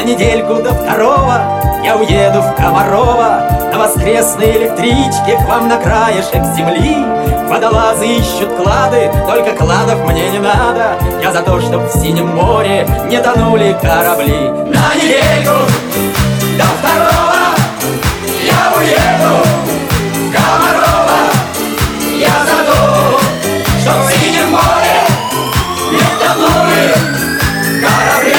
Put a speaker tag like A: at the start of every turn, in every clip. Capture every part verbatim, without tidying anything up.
A: недельку до второго я уеду в Комарово на воскресной электричке к вам на краешек земли. Водолазы ищут клады, только кладов мне не надо. Я за то, чтоб в синем море не тонули корабли. На недельку до второго я уеду в Комарово. Я за то, чтоб в синем море не тонули корабли.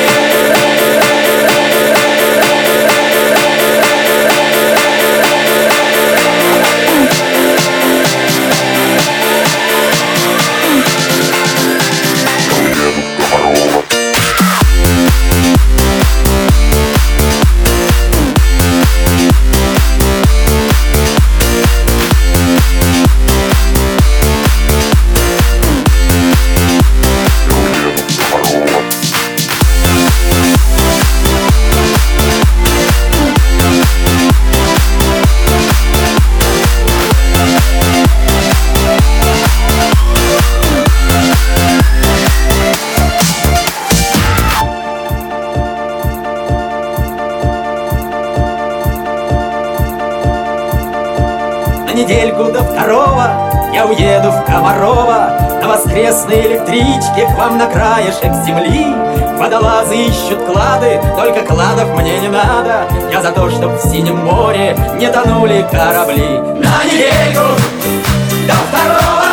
A: На недельку до второго я уеду в Комарово на воскресной электричке к вам на краешек земли. Водолазы ищут клады, только кладов мне не надо. Я за то, чтоб в синем море не тонули корабли. На недельку до второго